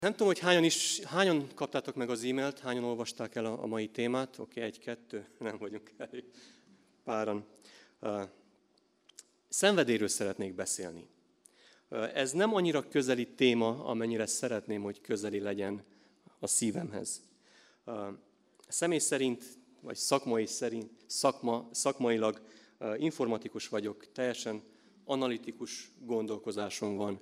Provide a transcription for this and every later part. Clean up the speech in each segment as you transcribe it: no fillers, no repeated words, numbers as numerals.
Nem tudom, hogy hányan kaptátok meg az e-mailt, hányan olvasták el a mai témát. Oké, 1-2, nem vagyunk elég páran. Szenvedélyről szeretnék beszélni. Ez nem annyira közeli téma, amennyire szeretném, hogy közeli legyen a szívemhez. Személy szerint, vagy szakmailag informatikus vagyok, teljesen analitikus gondolkozásom van.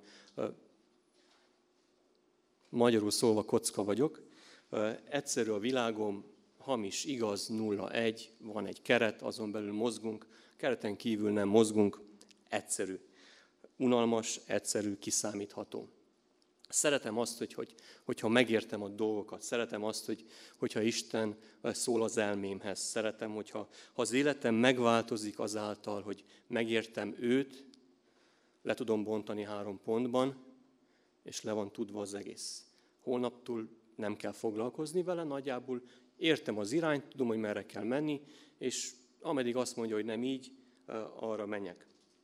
Magyarul szólva kocka vagyok. Egyszerű a világom, hamis, igaz, 0-1, van egy keret, azon belül mozgunk, kereten kívül nem mozgunk, egyszerű. Unalmas, egyszerű, kiszámítható. Szeretem azt, hogyha megértem a dolgokat. Szeretem azt, hogyha Isten szól az elmémhez. Szeretem, ha az életem megváltozik azáltal, hogy megértem őt, le tudom bontani 3 pontban, és le van tudva az egész. Holnaptól nem kell foglalkozni vele, nagyjából értem az irányt, tudom, hogy merre kell menni, és ameddig azt mondja, hogy nem így, arra menjek.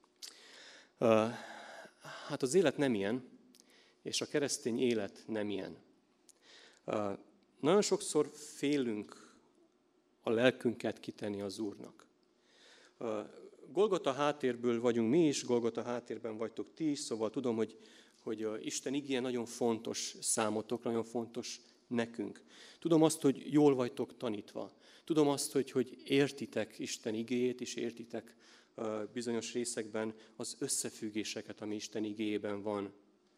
Hát az élet nem ilyen, és a keresztény élet nem ilyen. Nagyon sokszor félünk a lelkünket kitenni az Úrnak. Golgota háttérből vagyunk mi is, Golgota háttérben vagytok ti is, szóval tudom, hogy Isten igéje nagyon fontos számotokra, nagyon fontos nekünk. Tudom azt, hogy jól vagytok tanítva. Tudom azt, hogy értitek Isten igéjét, és értitek bizonyos részekben az összefüggéseket, ami Isten igéjében van.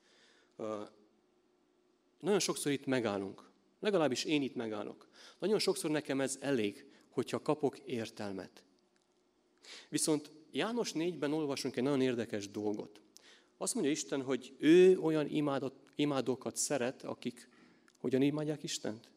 Nagyon sokszor itt megállunk. Legalábbis én itt megállok. Nagyon sokszor nekem ez elég, hogyha kapok értelmet. Viszont János 4-ben olvasunk egy nagyon érdekes dolgot. Azt mondja Isten, hogy ő olyan imádókat szeret, akik hogyan imádják Istent?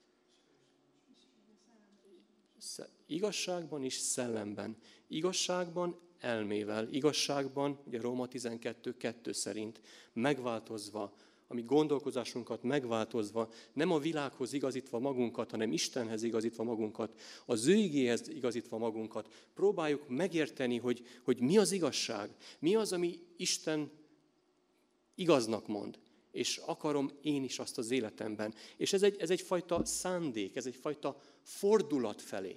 Igazságban és szellemben. Igazságban, elmével. Igazságban, ugye Róma 12:2 szerint, megváltozva, a mi gondolkozásunkat megváltozva, nem a világhoz igazítva magunkat, hanem Istenhez igazítva magunkat, az ő igéhez igazítva magunkat. Próbáljuk megérteni, hogy mi az igazság, mi az, ami Isten igaznak mond, és akarom én is azt az életemben. És ez egyfajta szándék, ez egyfajta fordulat felé.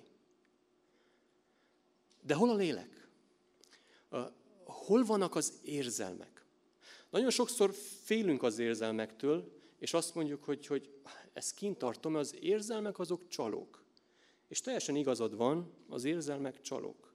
De hol a lélek? Hol vannak az érzelmek? Nagyon sokszor félünk az érzelmektől, és azt mondjuk, hogy ezt kint tartom, mert az érzelmek azok csalók. És teljesen igazad van, az érzelmek csalók.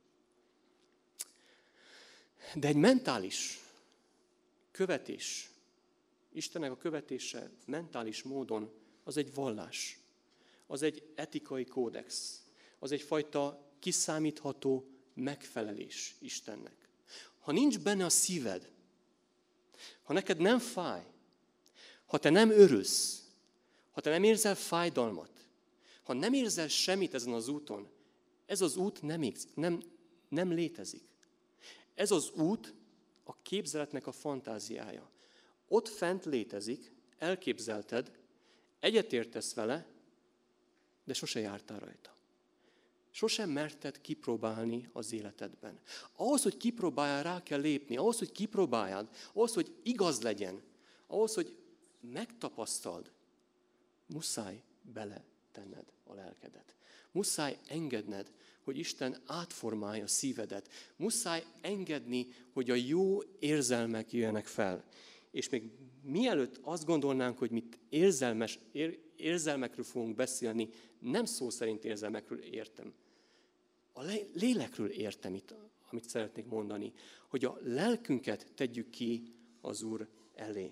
De egy mentális követés, Istennek a követése mentális módon, az egy vallás, az egy etikai kódex, az egyfajta kiszámítható megfelelés Istennek. Ha nincs benne a szíved, ha neked nem fáj, ha te nem örülsz, ha te nem érzel fájdalmat, ha nem érzel semmit ezen az úton, ez az út nem létezik. Ez az út a képzeletnek a fantáziája. Ott fent létezik, elképzelted, egyetértesz vele, de sose jártál rajta. Sosem merted kipróbálni az életedben. Ahhoz, hogy kipróbáljál, rá kell lépni. Ahhoz, hogy kipróbáljál, ahhoz, hogy igaz legyen, ahhoz, hogy megtapasztald, muszáj beletenned a lelkedet. Muszáj engedned, hogy Isten átformálja a szívedet. Muszáj engedni, hogy a jó érzelmek jöjjenek fel. És még mielőtt azt gondolnánk, hogy mit érzelmekről fogunk beszélni, nem szó szerint érzelmekről értem. A lélekről értem itt, amit szeretnék mondani, hogy a lelkünket tegyük ki az Úr elé.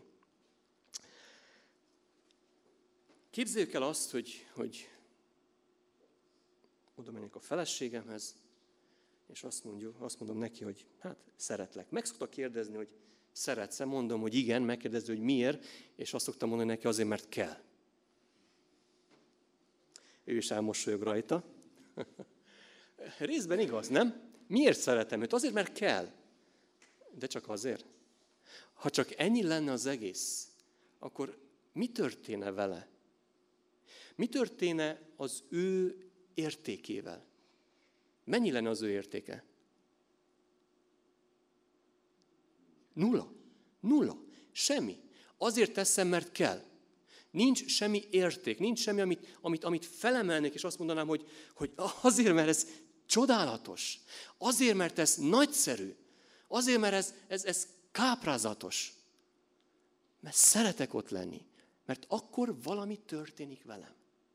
Képzeljük el azt, hogy oda menjek a feleségemhez, és azt mondom neki, hogy hát szeretlek. Meg szoktak kérdezni, hogy szeretsz-e? Mondom, hogy igen, megkérdezi, hogy miért, és azt szoktam mondani neki, azért, mert kell. Ő is elmosolyog rajta. Részben igaz, nem? Miért szeretem őt? Azért, mert kell. De csak azért. Ha csak ennyi lenne az egész, akkor mi történne vele? Mi történne az ő értékével? Mennyi lenne az ő értéke? 0. Semmi. Azért teszem, mert kell. Nincs semmi érték, nincs semmi, amit felemelnék, és azt mondanám, hogy azért, mert ez csodálatos. Azért, mert ez nagyszerű. Azért, mert ez káprázatos. Mert szeretek ott lenni. Mert akkor valami történik velem.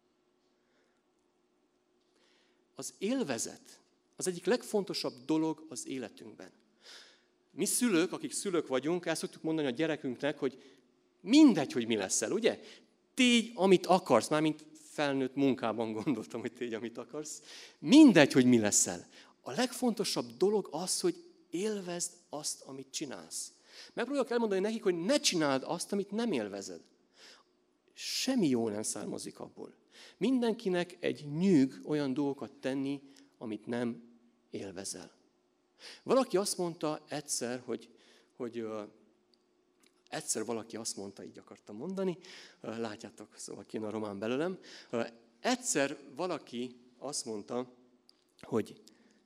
Az élvezet az egyik legfontosabb dolog az életünkben. Mi szülők, akik szülők vagyunk, el szoktuk mondani a gyerekünknek, hogy mindegy, hogy mi leszel, ugye? Tégy, amit akarsz, mármint felnőtt munkában gondoltam, hogy tégy, amit akarsz. Mindegy, hogy mi leszel. A legfontosabb dolog az, hogy élvezd azt, amit csinálsz. Megpróbálok elmondani nekik, hogy ne csináld azt, amit nem élvezed. Semmi jó nem származik abból. Mindenkinek egy nyűg olyan dolgokat tenni, amit nem élvezel. Valaki azt mondta egyszer, hogy egyszer valaki azt mondta, így akartam mondani, látjátok, szóval kijön a román belőlem. Egyszer valaki azt mondta, hogy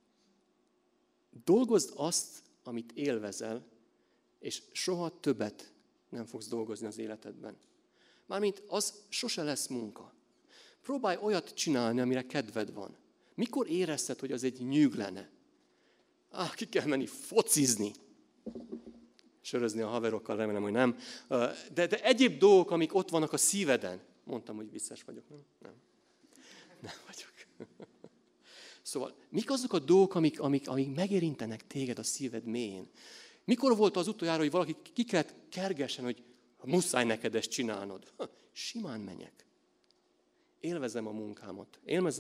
dolgozd azt, amit élvezel, és soha többet nem fogsz dolgozni az életedben. Mármint az sose lesz munka. Próbálj olyat csinálni, amire kedved van. Mikor érezted, hogy az egy nyűg lenne? Ki kell menni focizni. Sörözni a haverokkal, remélem, hogy nem. De egyéb dolgok, amik ott vannak a szíveden. Mondtam, hogy visszás vagyok, nem? Nem vagyok. Szóval, mik azok a dolgok, amik megérintenek téged a szíved mélyén? Mikor volt az utoljára, hogy valaki ki kellett kergessen, hogy muszáj neked ezt csinálnod? Simán menjek. Élvezem a munkámat.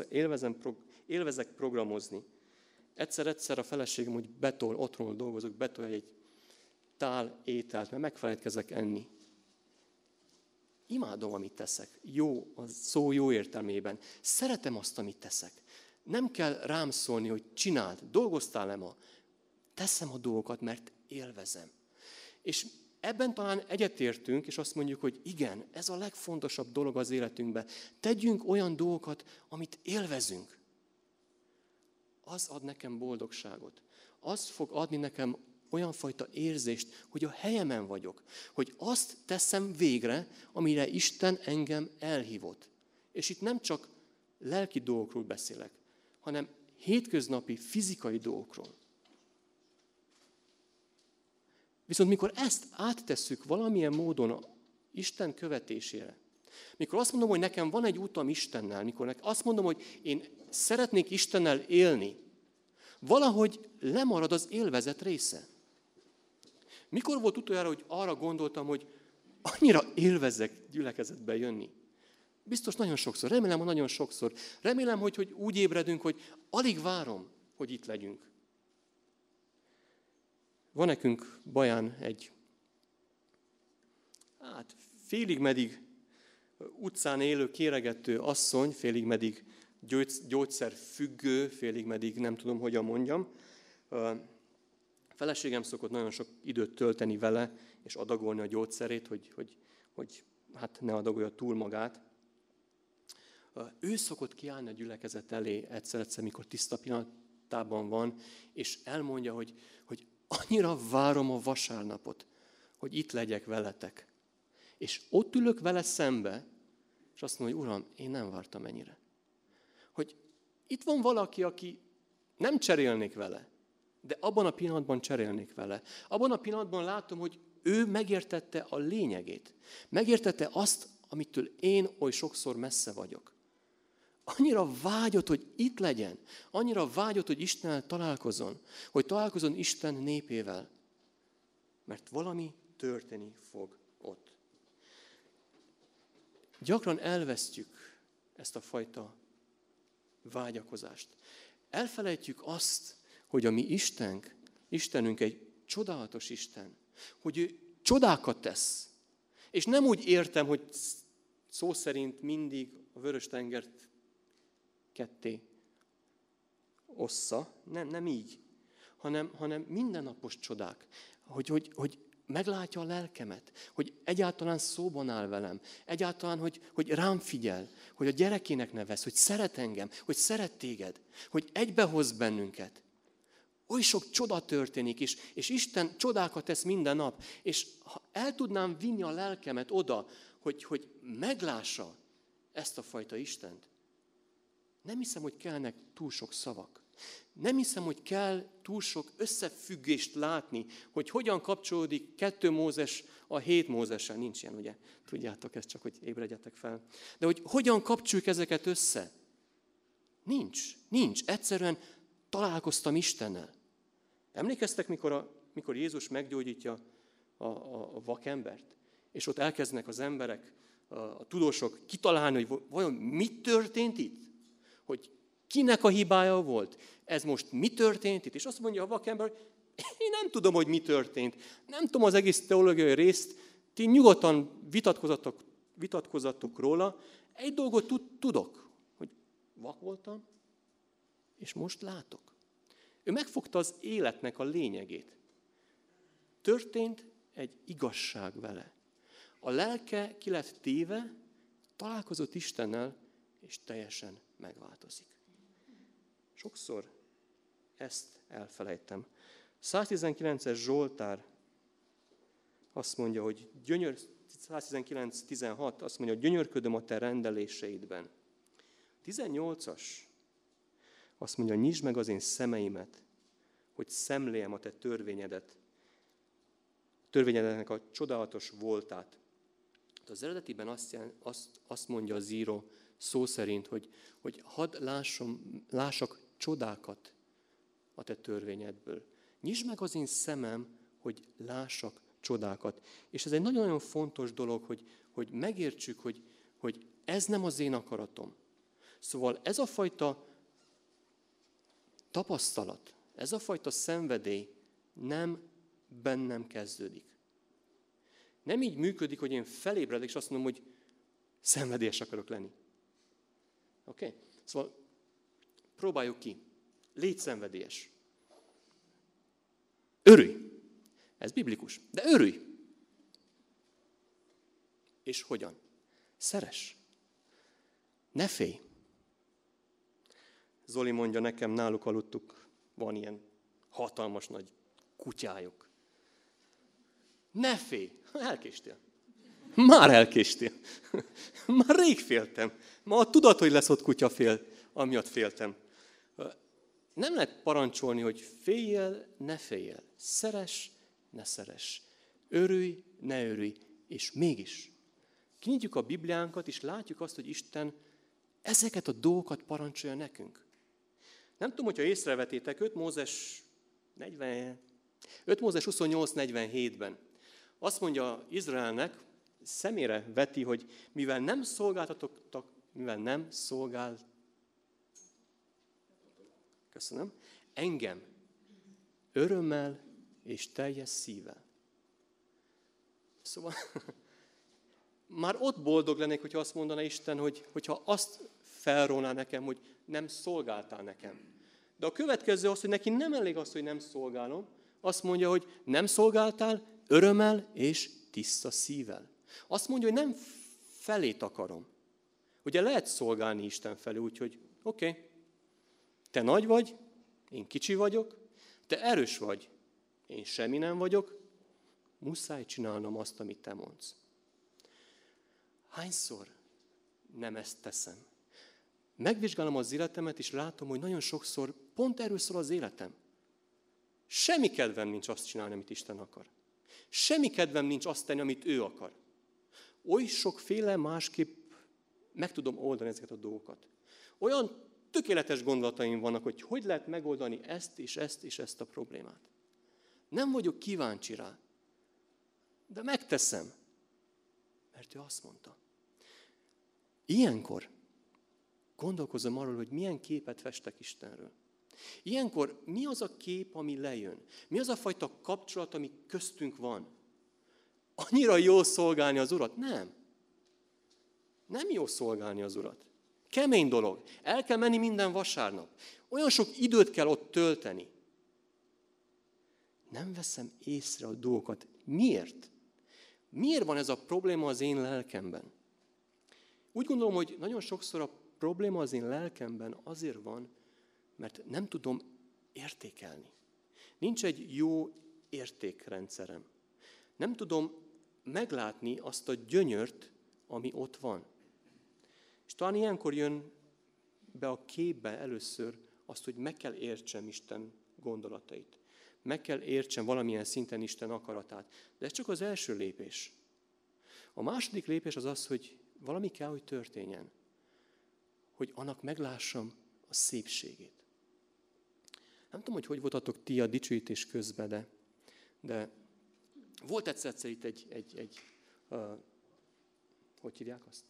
Élvezek programozni. Egyszer a feleségem, hogy otthonról dolgozok, betolja egy tál ételt, mert megfeledkezek enni. Imádom, amit teszek. Jó, a szó jó értelmében. Szeretem azt, amit teszek. Nem kell rám szólni, hogy csináld, dolgoztál-e ma? Teszem a dolgokat, mert élvezem. És ebben talán egyetértünk, és azt mondjuk, hogy igen, ez a legfontosabb dolog az életünkben. Tegyünk olyan dolgokat, amit élvezünk. Az ad nekem boldogságot. Az fog adni nekem olyan fajta érzést, hogy a helyemen vagyok. Hogy azt teszem végre, amire Isten engem elhívott. És itt nem csak lelki dolgokról beszélek, hanem hétköznapi, fizikai dolgokról. Viszont mikor ezt áttesszük valamilyen módon Isten követésére, mikor azt mondom, hogy nekem van egy utam Istennel, mikor azt mondom, hogy én szeretnék Istennel élni, valahogy lemarad az élvezet része. Mikor volt utoljára, hogy arra gondoltam, hogy annyira élvezek gyülekezetbe jönni? Biztos nagyon sokszor, remélem, hogy nagyon sokszor. Remélem, hogy úgy ébredünk, hogy alig várom, hogy itt legyünk. Van nekünk Baján egy, félig meddig utcán élő, kéregető asszony, félig meddig gyógyszerfüggő, félig meddig nem tudom, hogyan mondjam. A feleségem szokott nagyon sok időt tölteni vele, és adagolni a gyógyszerét, hogy ne adagolja túl magát. Ő szokott kiállni a gyülekezet elé egyszer, mikor tiszta pillanatában van, és elmondja, hogy annyira várom a vasárnapot, hogy itt legyek veletek. És ott ülök vele szembe, és azt mondom, hogy Uram, én nem vártam ennyire. Hogy itt van valaki, aki nem cserélnék vele, de abban a pillanatban cserélnék vele. Abban a pillanatban látom, hogy ő megértette a lényegét. Megértette azt, amitől én oly sokszor messze vagyok. Annyira vágyott, hogy itt legyen. Annyira vágyott, hogy Istennel találkozzon. Hogy találkozzon Isten népével. Mert valami történni fog ott. Gyakran elvesztjük ezt a fajta vágyakozást. Elfelejtjük azt, hogy a mi Istenünk egy csodálatos Isten. Hogy ő csodákat tesz. És nem úgy értem, hogy szó szerint mindig a Vörös-tengert ketté ossza. Nem így. Hanem mindennapos csodák. Hogy meglátja a lelkemet, hogy egyáltalán szóban áll velem, egyáltalán, hogy rám figyel, hogy a gyerekének nevez, hogy szeret engem, hogy szeret téged, hogy egybehoz bennünket. Oly sok csoda történik, és Isten csodákat tesz minden nap, és ha el tudnám vinni a lelkemet oda, hogy meglássa ezt a fajta Istent, nem hiszem, hogy kellnek túl sok szavak. Nem hiszem, hogy kell túl sok összefüggést látni, hogy hogyan kapcsolódik 2 Mózes a 7 Mózessel. Nincs ilyen, ugye? Tudjátok ezt, csak hogy ébredjetek fel. De hogy hogyan kapcsoljuk ezeket össze? Nincs. Egyszerűen találkoztam Istennel. Emlékeztek, mikor Jézus meggyógyítja a vakembert? És ott elkezdenek az emberek, a tudósok kitalálni, hogy vajon mi történt itt? Hogy kinek a hibája volt? Ez most mi történt itt? És azt mondja a vakember, hogy én nem tudom, hogy mi történt. Nem tudom az egész teológiai részt. Ti nyugodtan vitatkozzatok róla. Egy dolgot tudok, hogy vak voltam, és most látok. Ő megfogta az életnek a lényegét. Történt egy igazság vele. A lelke ki lett téve, találkozott Istennel, és teljesen megváltozik. Sokszor ezt elfelejtem. 119-es Zsoltár azt mondja, hogy 119:16 azt mondja, hogy gyönyörködöm a te rendeléseidben. 18-as azt mondja, nyisd meg az én szemeimet, hogy szemléljem a te törvényednek a csodálatos voltát. Az eredetiben azt mondja az író szó szerint, hogy hadd lássak csodákat a te törvényedből. Nyisd meg az én szemem, hogy lássak csodákat. És ez egy nagyon-nagyon fontos dolog, hogy megértsük, hogy ez nem az én akaratom. Szóval ez a fajta tapasztalat, ez a fajta szenvedély nem bennem kezdődik. Nem így működik, hogy én felébredek, és azt mondom, hogy szenvedélyes akarok lenni. Oké? Szóval próbáljuk ki. Légy szenvedélyes. Örülj. Ez biblikus. De örülj. És hogyan? Szeress. Ne félj. Zoli mondja nekem, náluk aludtuk, van ilyen hatalmas nagy kutyájuk. Ne félj. Elkéstél. Már elkéstél. Már rég féltem. Ma tudod, hogy lesz ott kutyafél, amiatt féltem. Nem lehet parancsolni, hogy féljél, ne féljél. Szeress, ne szeress. Örülj, ne örülj. És mégis. Kinyitjuk a Bibliánkat, és látjuk azt, hogy Isten ezeket a dolgokat parancsolja nekünk. Nem tudom, hogyha észrevetétek, 5 Mózes 28:47-ben. Azt mondja Izraelnek, szemére veti, hogy mivel nem szolgáltatok, köszönöm, engem örömmel és teljes szívvel. Szóval már ott boldog lennék, hogyha azt mondaná Isten, hogyha azt felróná nekem, hogy nem szolgáltál nekem. De a következő az, hogy neki nem elég az, hogy nem szolgálom, azt mondja, hogy nem szolgáltál örömmel és tiszta szívvel. Azt mondja, hogy nem felét akarom. Ugye lehet szolgálni Isten felé, úgyhogy oké, te nagy vagy, én kicsi vagyok, te erős vagy, én semmi nem vagyok, muszáj csinálnom azt, amit te mondsz. Hányszor nem ezt teszem? Megvizsgálom az életemet, és látom, hogy nagyon sokszor pont erről szól az életem. Semmi kedvem nincs azt csinálni, amit Isten akar. Semmi kedvem nincs azt tenni, amit ő akar. Oly sokféle másképp meg tudom oldani ezeket a dolgokat. Olyan tökéletes gondolataim vannak, hogy lehet megoldani ezt és ezt és ezt a problémát. Nem vagyok kíváncsi rá, de megteszem, mert ő azt mondta. Ilyenkor gondolkozom arról, hogy milyen képet festek Istenről. Ilyenkor mi az a kép, ami lejön? Mi az a fajta kapcsolat, ami köztünk van? Annyira jó szolgálni az Urat? Nem. Nem jó szolgálni az Urat. Kemény dolog. El kell menni minden vasárnap. Olyan sok időt kell ott tölteni. Nem veszem észre a dolgokat. Miért? Miért van ez a probléma az én lelkemben? Úgy gondolom, hogy nagyon sokszor a probléma az én lelkemben azért van, mert nem tudom értékelni. Nincs egy jó értékrendszerem. Nem tudom meglátni azt a gyönyört, ami ott van. És talán ilyenkor jön be a képbe először azt, hogy meg kell értsem Isten gondolatait. Meg kell értsem valamilyen szinten Isten akaratát. De ez csak az első lépés. A második lépés az az, hogy valami kell, hogy történjen. Hogy annak meglássam a szépségét. Nem tudom, hogy voltatok ti a dicsőítés közben, de volt egyszer itt egy hogy hívják azt?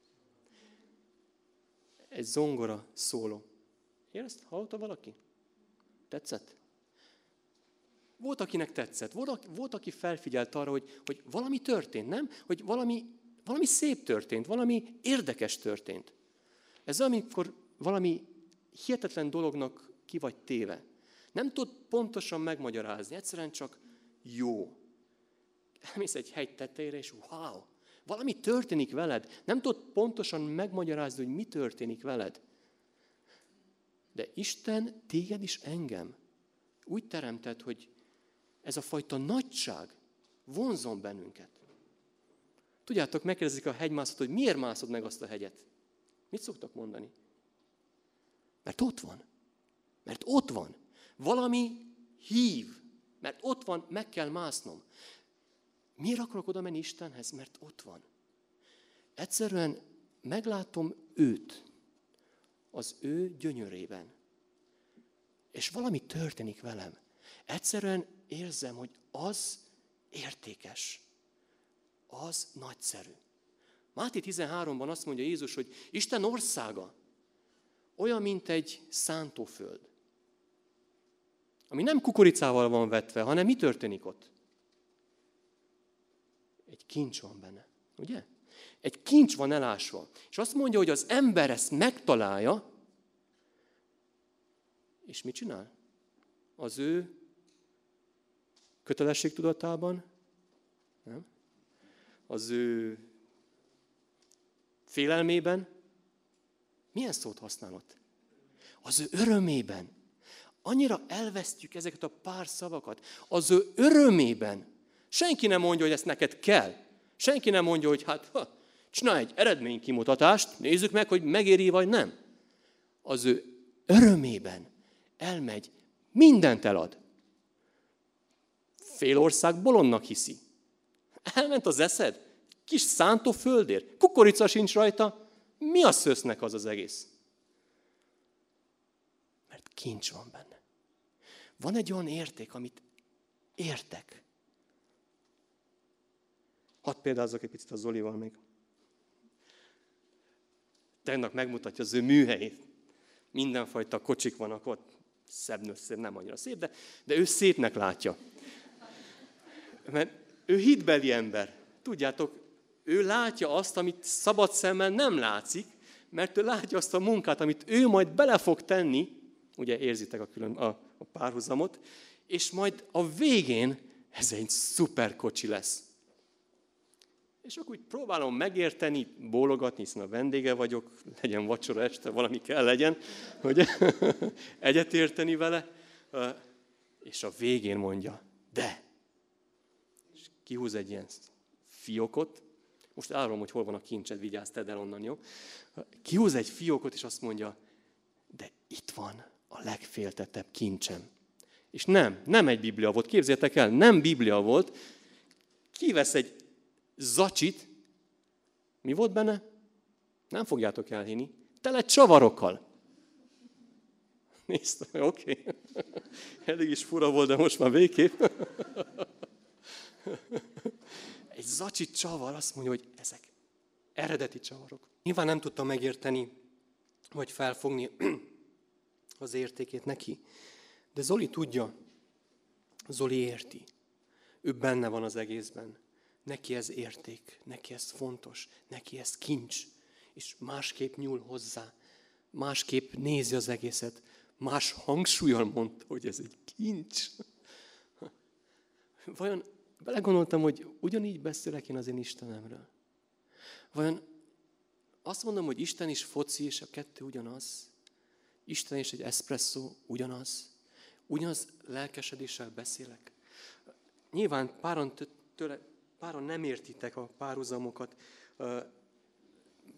Egy zongora szóló. Ezt hallotta valaki? Tetszett? Volt, akinek tetszett. Volt, aki felfigyelt arra, hogy valami történt, nem? Hogy valami szép történt, valami érdekes történt. Ez amikor valami hihetetlen dolognak ki vagy téve. Nem tud pontosan megmagyarázni, egyszerűen csak jó. Elmész egy hegy tetejére, és wow, valami történik veled. Nem tudod pontosan megmagyarázni, hogy mi történik veled. De Isten téged is engem úgy teremtett, hogy ez a fajta nagyság vonzon bennünket. Tudjátok, megkérdezik a hegymászót, hogy miért mászod meg azt a hegyet? Mit szoktak mondani? Mert ott van. Mert ott van. Valami hív. Mert ott van, meg kell másznom. Miért akarok oda menni Istenhez? Mert ott van. Egyszerűen meglátom őt, az ő gyönyörében. És valami történik velem. Egyszerűen érzem, hogy az értékes. Az nagyszerű. Máté 13-ban azt mondja Jézus, hogy Isten országa olyan, mint egy szántóföld, ami nem kukoricával van vetve, hanem mi történik ott? Egy kincs van benne, ugye? Egy kincs van elásva. És azt mondja, hogy az ember ezt megtalálja, és mit csinál? Az ő kötelességtudatában, nem? Az ő félelmében, milyen szót használod? Az ő örömében. Annyira elvesztjük ezeket a pár szavakat. Az ő örömében. Senki nem mondja, hogy ezt neked kell. Senki nem mondja, hogy csinálj egy eredménykimutatást, nézzük meg, hogy megéri vagy nem. Az ő örömében elmegy, mindent elad. Fél ország bolondnak hiszi. Elment az eszed, kis szántóföldért, kukorica sincs rajta, mi a szösznek az egész? Mert kincs van benne. Van egy olyan érték, amit értek. Hadd példázzak egy picit a Zolival még. Tegnap megmutatja az ő műhelyét. Mindenfajta kocsik vannak ott. Szebb, nem annyira szép, de ő szépnek látja. Mert ő hitbeli ember. Tudjátok, ő látja azt, amit szabad szemmel nem látszik, mert ő látja azt a munkát, amit ő majd bele fog tenni, ugye érzitek a párhuzamot, és majd a végén ez egy szuper kocsi lesz. És akkor úgy próbálom megérteni, bólogatni, hiszen a vendége vagyok, legyen vacsora este, valami kell legyen, hogy egyetérteni vele, és a végén mondja, de, és kihúz egy ilyen fiókot, most elárulom, hogy hol van a kincsed, vigyázz, tedd el onnan, jó? Kihúz egy fiókot, és azt mondja, de itt van a legféltettebb kincsem. És nem egy Biblia volt, képzeljétek el, nem Biblia volt, kivesz egy zacsit, mi volt benne? Nem fogjátok elhinni, tele csavarokkal. Nézd, oké. Eddig is fura volt, de most már végképp. Egy zacsi csavar azt mondja, hogy ezek eredeti csavarok. Nyilván nem tudtam megérteni, vagy felfogni az értékét neki. De Zoli tudja, Zoli érti. Ő benne van az egészben. Neki ez érték, neki ez fontos, neki ez kincs. És másképp nyúl hozzá, másképp nézi az egészet, más hangsúllyal mondta, hogy ez egy kincs. Vajon belegondoltam, hogy ugyanígy beszélek én az én Istenemről. Vajon azt mondom, hogy Isten is foci, és a kettő ugyanaz? Isten és egy eszpresszó ugyanaz? Ugyanaz lelkesedéssel beszélek? Nyilván páran nem értitek a párhuzamokat.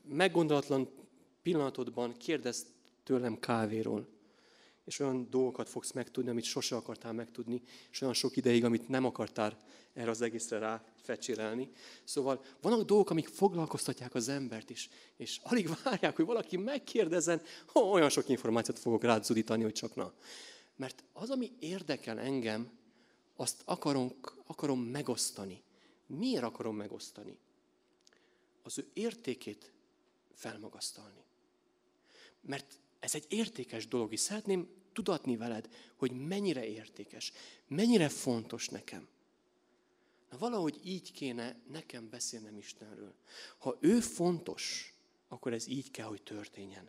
meggondolatlan pillanatodban kérdezz tőlem kávéról, és olyan dolgokat fogsz megtudni, amit sose akartál megtudni, és olyan sok ideig, amit nem akartál erre az egészre ráfecsérelni. Szóval vannak dolgok, amik foglalkoztatják az embert is, és alig várják, hogy valaki megkérdezzen, olyan sok információt fogok rád zudítani, hogy csak na. Mert az, ami érdekel engem, azt akarom megosztani. Miért akarom megosztani? Az ő értékét felmagasztalni. Mert ez egy értékes dolog, és szeretném tudatni veled, hogy mennyire értékes, mennyire fontos nekem. Na, valahogy így kéne nekem beszélnem Istenről. Ha ő fontos, akkor ez így kell, hogy történjen.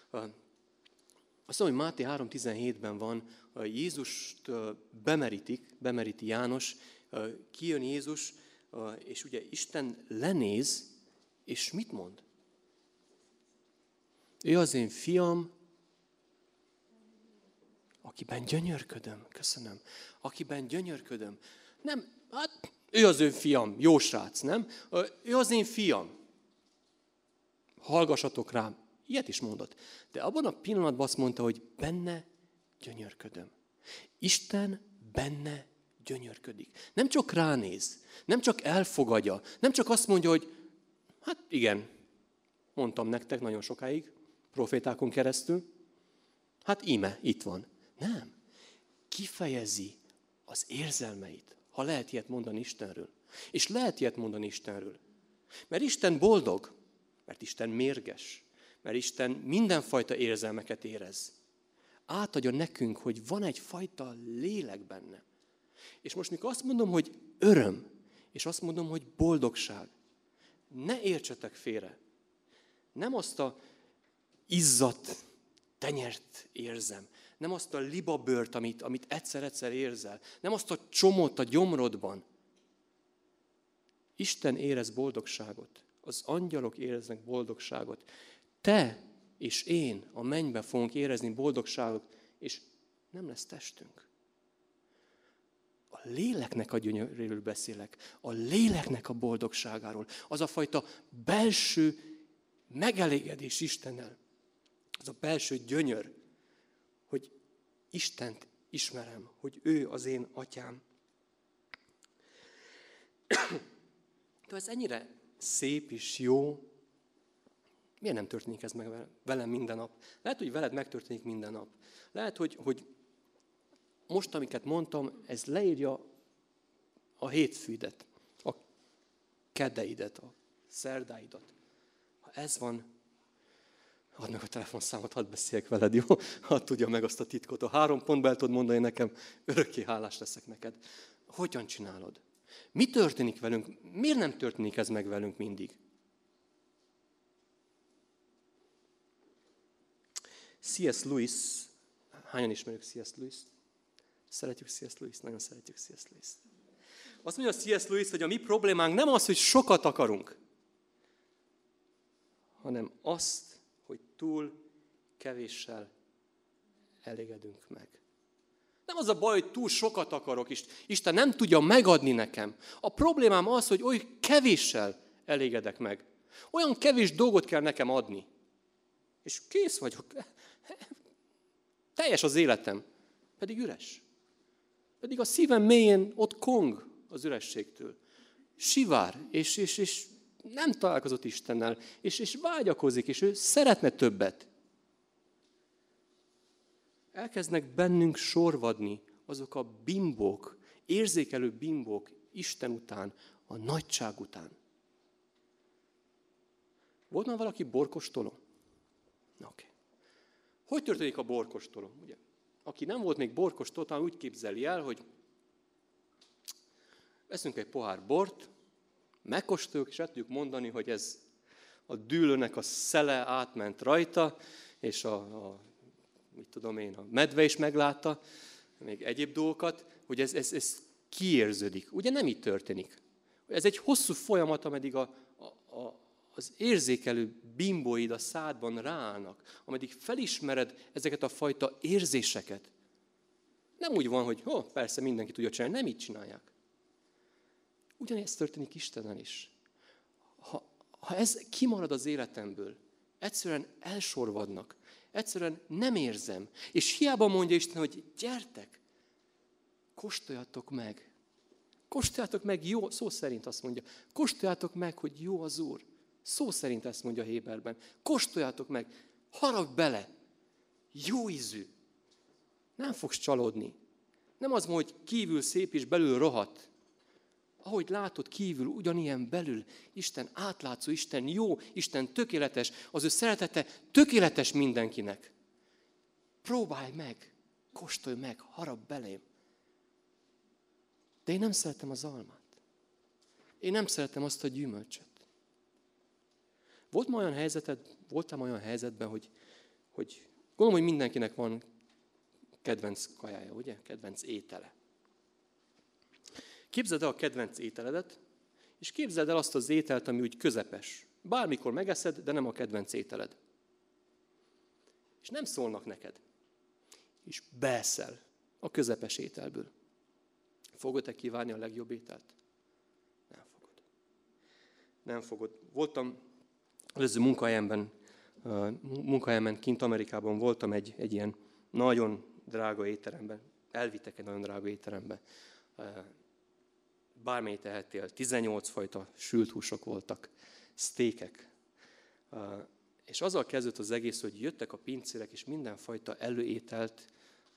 Azt mondom, hogy Máté 3.17-ben van, Jézust bemeríti János, kijön Jézus, és ugye Isten lenéz, és mit mond? Ő az én fiam, akiben gyönyörködöm. Köszönöm. Akiben gyönyörködöm. Nem, hát ő az ő fiam, jó srác, nem? Ő az én fiam. Hallgassatok rám. Ilyet is mondott. De abban a pillanatban azt mondta, hogy benne gyönyörködöm. Isten benne gyönyörködik. Nem csak ránéz, nem csak elfogadja, nem csak azt mondja, hogy hát igen, mondtam nektek nagyon sokáig, profétákon keresztül, hát íme, itt van. Nem. Kifejezi az érzelmeit, ha lehet ilyet mondani Istenről. És lehet ilyet mondani Istenről. Mert Isten boldog, mert Isten mérges, mert Isten mindenfajta érzelmeket érez. Átadja nekünk, hogy van egyfajta lélek benne. És most mikor azt mondom, hogy öröm, és azt mondom, hogy boldogság, ne értsetek félre. Nem azt a izzadt tenyert érzem. Nem azt a libabőrt, amit egyszer-egyszer érzel. Nem azt a csomót a gyomrodban. Isten érez boldogságot. Az angyalok éreznek boldogságot. Te és én a mennyben fogunk érezni boldogságot, és nem lesz testünk. A léleknek a gyönyöréről beszélek. A léleknek a boldogságáról. Az a fajta belső megelégedés Istennel. Az a belső gyönyör, hogy Istent ismerem, hogy ő az én atyám. De ez ennyire szép és jó, miért nem történik ez meg velem minden nap? Lehet, hogy veled megtörténik minden nap. Lehet, hogy most, amiket mondtam, ez leírja a hétfődet, a kedeidet, a szerdáidat. Ha ez van, add meg a telefonszámot, hadd beszéljek veled, jó? Hadd tudja meg azt a titkot. A 3 pontba el tudod mondani nekem, örökké hálás leszek neked. Hogyan csinálod? Mi történik velünk? Miért nem történik ez meg velünk mindig? C.S. Lewis, hányan ismerjük C.S. Lewis-t? Szeretjük C.S. Lewis-t? Nagyon szeretjük C.S. Lewis-t. Azt mondja C.S. Lewis, hogy a mi problémánk nem az, hogy sokat akarunk, hanem azt, hogy túl kevéssel elégedünk meg. Nem az a baj, hogy túl sokat akarok, és Isten nem tudja megadni nekem. A problémám az, hogy oly kevéssel elégedek meg. Olyan kevés dolgot kell nekem adni. És kész vagyok. Teljes az életem. Pedig üres. Pedig a szívem mélyén ott kong az ürességtől. Sivár, és nem találkozott Istennel, és vágyakozik, és ő szeretne többet. Elkezdnek bennünk sorvadni azok a bimbók, érzékelő bimbók Isten után, a nagyság után. Volt már valaki borkostoló? Oké. Hogy történik a borkostoló? Ugye? Aki nem volt még borkostoló, talán úgy képzeli el, hogy veszünk egy pohár bort, megkóstoljuk, és el tudjuk mondani, hogy ez a dűlőnek a szele átment rajta, és a medve is meglátta, még egyéb dolgokat, hogy ez kiérződik. Ugye nem így történik. Ez egy hosszú folyamat, ameddig az érzékelő bimbóid a szádban ráállnak, ameddig felismered ezeket a fajta érzéseket. Nem úgy van, hogy persze mindenki tudja csinálni, nem így csinálják. Ugyanezt történik Istennel is. ha ez kimarad az életemből, egyszerűen elsorvadnak, egyszerűen nem érzem. És hiába mondja Isten, hogy gyertek, kóstoljatok meg. Kóstoljátok meg, jó, szó szerint azt mondja. Kóstoljátok meg, hogy jó az Úr. Szó szerint ezt mondja Héberben. Kóstoljátok meg, haragd bele. Jó ízű. Nem fogsz csalódni. Nem az mondja, hogy kívül szép és belül rohadt. Ahogy látod kívül, ugyanilyen belül. Isten átlátszó, Isten jó, Isten tökéletes. Az ő szeretete tökéletes mindenkinek. Próbálj meg, kóstolj meg, haragd belém. De én nem szeretem az almát. Én nem szeretem azt a gyümölcsöt. Voltál olyan helyzetben, hogy gondolom, hogy mindenkinek van kedvenc kajája, ugye? Kedvenc étele. Képzeld el a kedvenc ételedet, és képzeld el azt az ételt, ami úgy közepes. Bármikor megeszed, de nem a kedvenc ételed. És nem szólnak neked. És beeszel a közepes ételből. Fogod-e kívánni a legjobb ételt? Nem fogod. Nem fogod. Voltam előző munkahelyemen kint Amerikában, voltam egy ilyen nagyon drága étteremben. Elvittek egy nagyon drága étterembe. Bármelyik tehettél. 18 fajta sült húsok voltak. Sztékek. És azzal kezdődött az egész, hogy jöttek a pincérek, és mindenfajta előételt,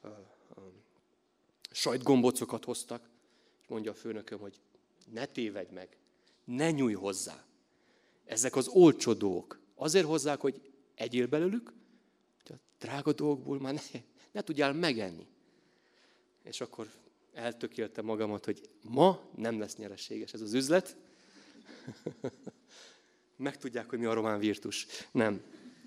sajtgombocokat hoztak, és mondja a főnököm, hogy ne tévedj meg, ne nyújj hozzá. Ezek az olcsó dolgok. Azért hozzák, hogy egyél belőlük, hogy a drága dolgokból már ne tudjál megenni. És akkor eltökéltem magamat, hogy ma nem lesz nyereséges ez az üzlet. Megtudják, hogy mi a román virtus. Nem.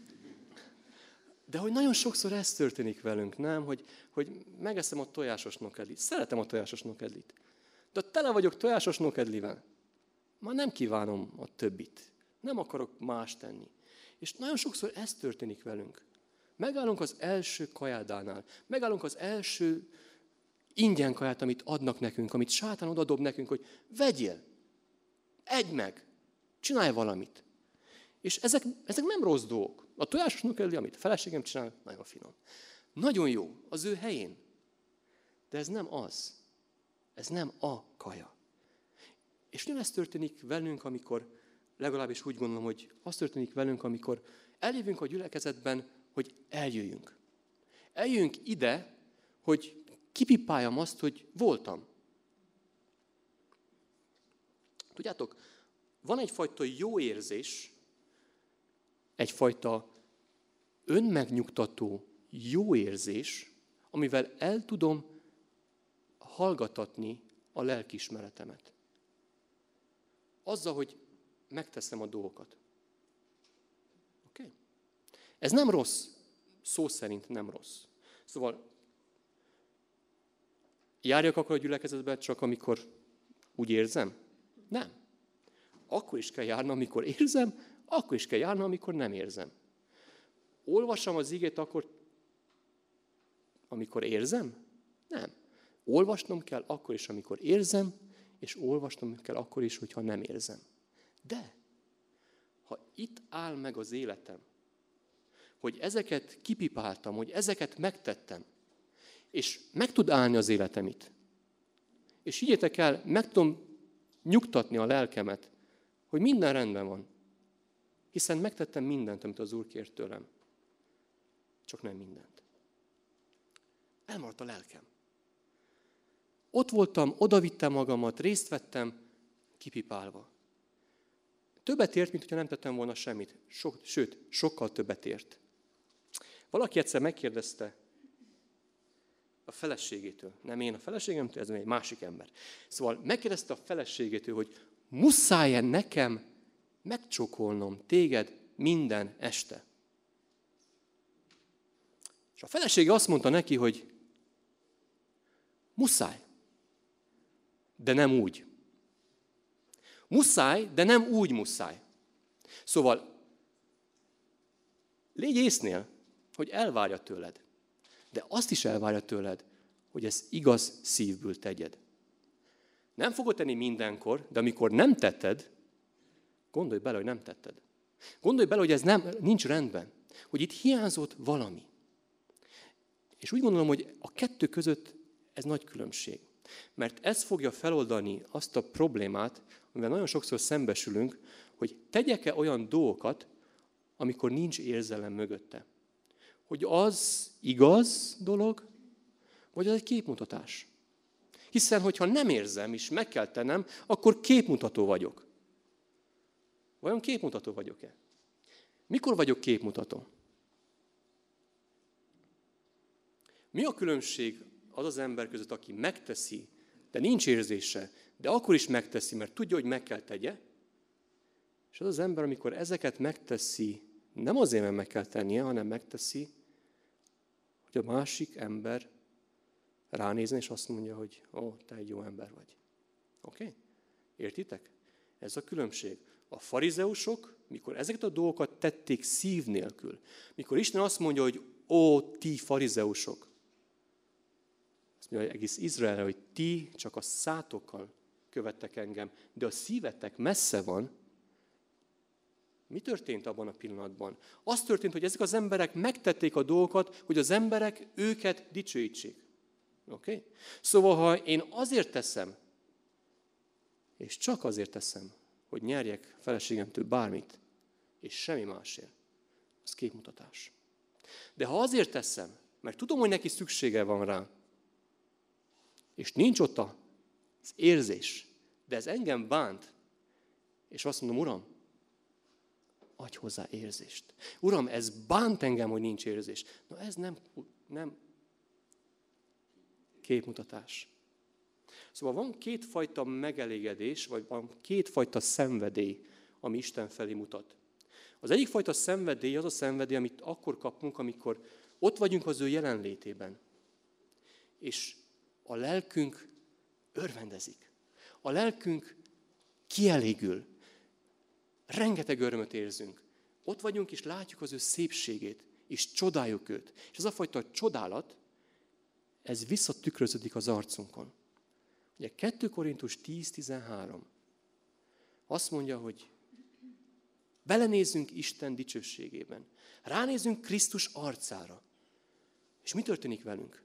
De hogy nagyon sokszor ez történik velünk, nem? Hogy megeszem a tojásos nokedlit. Szeretem a tojásos nokedlit. De tele vagyok tojásos nokedlivel. Már nem kívánom a többit. Nem akarok más tenni. És nagyon sokszor ez történik velünk. Megállunk az első kajádánál. Megállunk az első ingyen kaját, amit adnak nekünk, amit sátán odadob nekünk, hogy vegyél, egyd meg, csinálj valamit. És ezek nem rossz dolgok. A tojásos nokedli, amit a feleségem csinál, nagyon finom. Nagyon jó, az ő helyén. De ez nem az. Ez nem a kaja. És nem ez történik velünk, amikor, legalábbis úgy gondolom, hogy az történik velünk, amikor eljövünk a gyülekezetben, hogy eljöjjünk. Eljöjjünk ide, hogy kipipáljam azt, hogy voltam. Tudjátok, van egyfajta jó érzés, egyfajta önmegnyugtató jó érzés, amivel el tudom hallgatatni a lelkiismeretemet. Azzal, hogy megteszem a dolgokat. Oké? Ez nem rossz. Szó szerint nem rossz. Szóval járjak akkor a gyülekezetbe csak amikor úgy érzem? Nem. Akkor is kell járnom, amikor érzem, akkor is kell járnom, amikor nem érzem. Olvassam az igét akkor, amikor érzem? Nem. Olvasnom kell akkor is, amikor érzem, és olvasnom kell akkor is, hogyha nem érzem. De, ha itt áll meg az életem, hogy ezeket kipipáltam, hogy ezeket megtettem, és meg tud állni az életem itt, és higgyétek el, meg tudom nyugtatni a lelkemet, hogy minden rendben van. Hiszen megtettem mindent, amit az Úr kért tőlem. Csak nem mindent. Elmaradt a lelkem. Ott voltam, odavittem magamat, részt vettem, kipipálva. Többet ért, mint hogyha nem tettem volna semmit. Sőt, sokkal többet ért. Valaki egyszer megkérdezte a feleségétől, nem én a feleségemtől, ez egy másik ember. Szóval megkérdezte a feleségétől, hogy muszáj-e nekem megcsókolnom téged minden este? És a felesége azt mondta neki, hogy muszáj, de nem úgy. Muszáj, de nem úgy muszáj. Szóval légy észnél, hogy elvárja tőled. De azt is elvárja tőled, hogy ezt igaz szívből tegyed. Nem fogod tenni mindenkor, de amikor nem tetted, Gondolj bele, hogy nem tetted. Gondolj bele, hogy ez nincs rendben. Hogy itt hiányzott valami. És úgy gondolom, hogy a kettő között ez nagy különbség. Mert ez fogja feloldani azt a problémát, amivel nagyon sokszor szembesülünk, hogy tegyek-e olyan dolgokat, amikor nincs érzelem mögötte. Hogy az igaz dolog, vagy az egy képmutatás. Hiszen, hogyha nem érzem, és meg kell tennem, akkor képmutató vagyok. Vajon képmutató vagyok-e? Mikor vagyok képmutató? Mi a különbség az az ember között, aki megteszi, de nincs érzése, de akkor is megteszi, mert tudja, hogy meg kell tegye, és az az ember, amikor ezeket megteszi, nem azért, mert meg kell tennie, hanem megteszi, hogy a másik ember ránézni, és azt mondja, hogy te egy jó ember vagy. Oké? Értitek? Ez a különbség. A farizeusok, mikor ezeket a dolgokat tették szív nélkül, mikor Isten azt mondja, hogy ti farizeusok, azt mondja egész Izraelre, hogy ti csak a szátokkal követtek engem, de a szívetek messze van. Mi történt abban a pillanatban? Az történt, hogy ezek az emberek megtették a dolgokat, hogy az emberek őket dicsőítsék. Oké? Szóval, ha én azért teszem, és csak azért teszem, hogy nyerjek feleségemtől bármit, és semmi másért, az képmutatás. De ha azért teszem, mert tudom, hogy neki szüksége van rá, és nincs ott az érzés, de ez engem bánt, és azt mondom, Uram, adj hozzá érzést. Uram, ez bánt engem, hogy nincs érzés. Na ez nem képmutatás. Szóval van kétfajta megelégedés, vagy van kétfajta szenvedély, ami Isten felé mutat. Az egyik fajta szenvedély az a szenvedély, amit akkor kapunk, amikor ott vagyunk az ő jelenlétében. És a lelkünk örvendezik. A lelkünk kielégül. Rengeteg örömöt érzünk. Ott vagyunk, és látjuk az ő szépségét, és csodáljuk őt. És ez a fajta csodálat, ez visszatükröződik az arcunkon. Ugye 2 Korintus 10:13 azt mondja, hogy belenézzünk Isten dicsőségében. Ránézzünk Krisztus arcára. És mi történik velünk?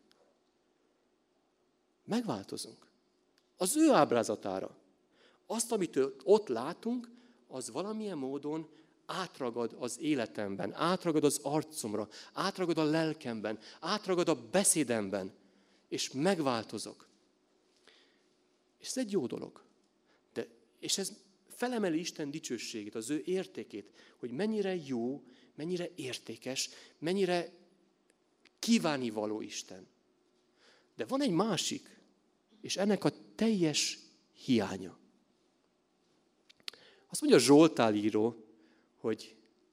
Megváltozunk. Az ő ábrázatára. Azt, amit ott látunk, az valamilyen módon átragad az életemben, átragad az arcomra, átragad a lelkemben, átragad a beszédemben, és megváltozok. És ez egy jó dolog. És ez felemeli Isten dicsőségét, az ő értékét, hogy mennyire jó, mennyire értékes, mennyire kívánivaló Isten. De van egy másik, és ennek a teljes hiánya. Azt mondja a Zsoltár író, hogy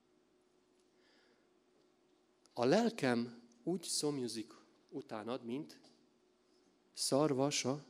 a lelkem úgy szomjuzik utánad, mint szarvas a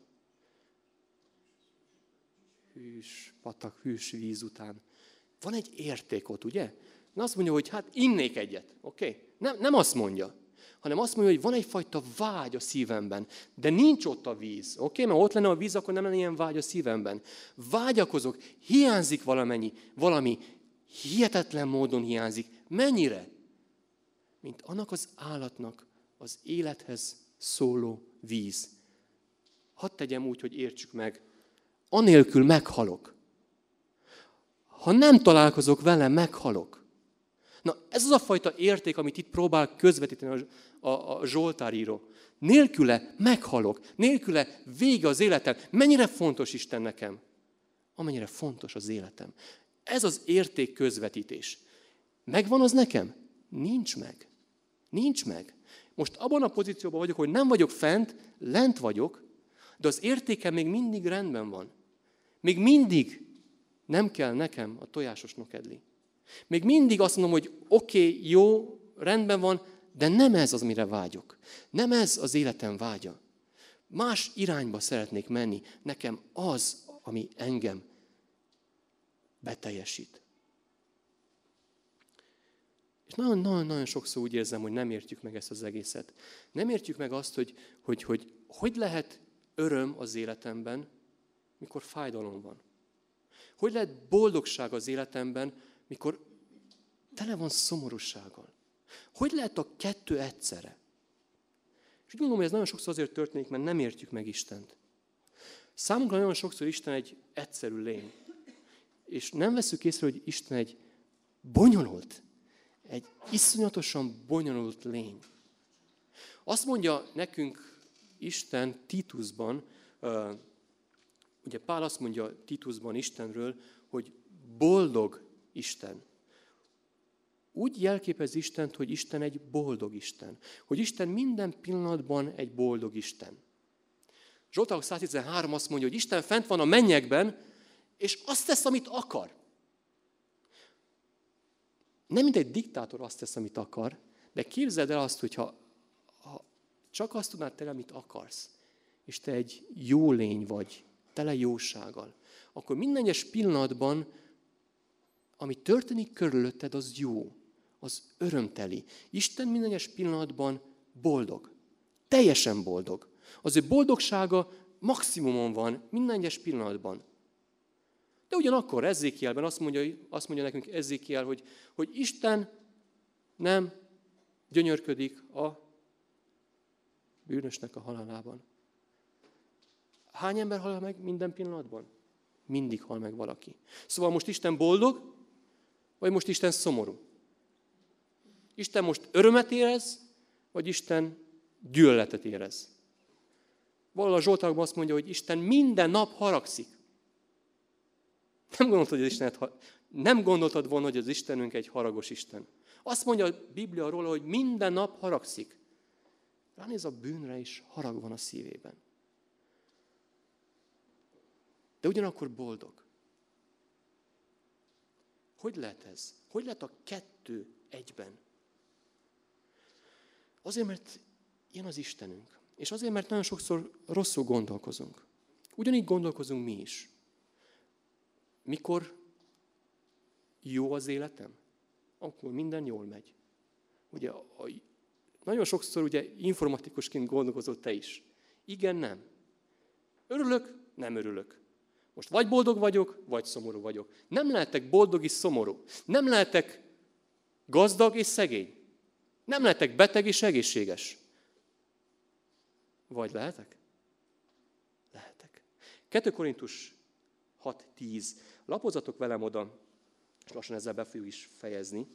hűs patak, hűs víz után. Van egy érték ott, ugye? Na azt mondja, hogy hát innék egyet, oké? Nem azt mondja, hanem azt mondja, hogy van egyfajta vágy a szívemben, de nincs ott a víz, oké? Mert ott lenne a víz, akkor nem lenne ilyen vágy a szívemben. Vágyakozok, hiányzik valami hihetetlen módon hiányzik. Mennyire? Mint annak az állatnak az élethez szóló víz. Hadd tegyem úgy, hogy értsük meg, anélkül meghalok. Ha nem találkozok vele, meghalok. Na, ez az a fajta érték, amit itt próbál közvetíteni a Zsoltáríró. Nélküle meghalok, nélküle vége az életem. Mennyire fontos Isten nekem? Amennyire fontos az életem. Ez az érték közvetítés. Megvan az nekem? Nincs meg. Nincs meg. Most abban a pozícióban vagyok, hogy nem vagyok fent, lent vagyok, de az értékem még mindig rendben van. Még mindig nem kell nekem a tojásos nokedli. Még mindig azt mondom, hogy oké, jó, rendben van, de nem ez az, mire vágyok. Nem ez az életem vágya. Más irányba szeretnék menni. Nekem az, ami engem beteljesít. És nagyon-nagyon sokszor úgy érzem, hogy nem értjük meg ezt az egészet. Nem értjük meg azt, hogy lehet öröm az életemben, mikor fájdalom van. Hogy lehet boldogság az életemben, mikor tele van szomorúsággal? Hogy lehet a kettő egyszerre? És úgy gondolom, hogy ez nagyon sokszor azért történik, mert nem értjük meg Istent. Számunkra nagyon sokszor Isten egy egyszerű lény. És nem veszük észre, hogy Isten egy bonyolult, egy iszonyatosan bonyolult lény. Azt mondja nekünk Isten Titusban, ugye Pál azt mondja Titusban Istenről, hogy boldog Isten. Úgy jelképez Istent, hogy Isten egy boldog Isten. Hogy Isten minden pillanatban egy boldog Isten. Zsoltárok 113 azt mondja, hogy Isten fent van a mennyekben, és azt tesz, amit akar. Nem mint egy diktátor azt tesz, amit akar, de képzeld el azt, hogyha csak azt tudnád tenni, amit akarsz, és te egy jó lény vagy, tele jósággal, akkor minden egyes pillanatban, ami történik körülötted, az jó, az örömteli. Isten minden egyes pillanatban boldog, teljesen boldog. Az ő boldogsága maximumon van minden egyes pillanatban. De ugyanakkor Ezékielben azt mondja nekünk Ezékiel, hogy Isten nem gyönyörködik a bűnösnek a halálában. Hány ember hal meg minden pillanatban? Mindig hal meg valaki. Szóval most Isten boldog, vagy most Isten szomorú? Isten most örömet érez, vagy Isten gyűlöletet érez? Valahol a Zsoltárokban azt mondja, hogy Isten minden nap haragszik. Nem gondoltad volna, hogy az Istenünk egy haragos Isten. Azt mondja a Biblia róla, hogy minden nap haragszik. Ránéz a bűnre is, harag van a szívében. De ugyanakkor boldog. Hogy lehet ez? Hogy lehet a kettő egyben? Azért, mert ilyen az Istenünk. És azért, mert nagyon sokszor rosszul gondolkozunk. Ugyanígy gondolkozunk mi is. Mikor jó az életem, akkor minden jól megy. Ugye, nagyon sokszor ugye informatikusként gondolkozol te is. Igen, nem. Örülök, nem örülök. Most vagy boldog vagyok, vagy szomorú vagyok. Nem lehetek boldog és szomorú. Nem lehetek gazdag és szegény. Nem lehetek beteg és egészséges. Vagy lehetek? Lehetek. 2 Korintus 6:10. Lapozzatok velem oda, és lassan ezzel be fogjuk is fejezni.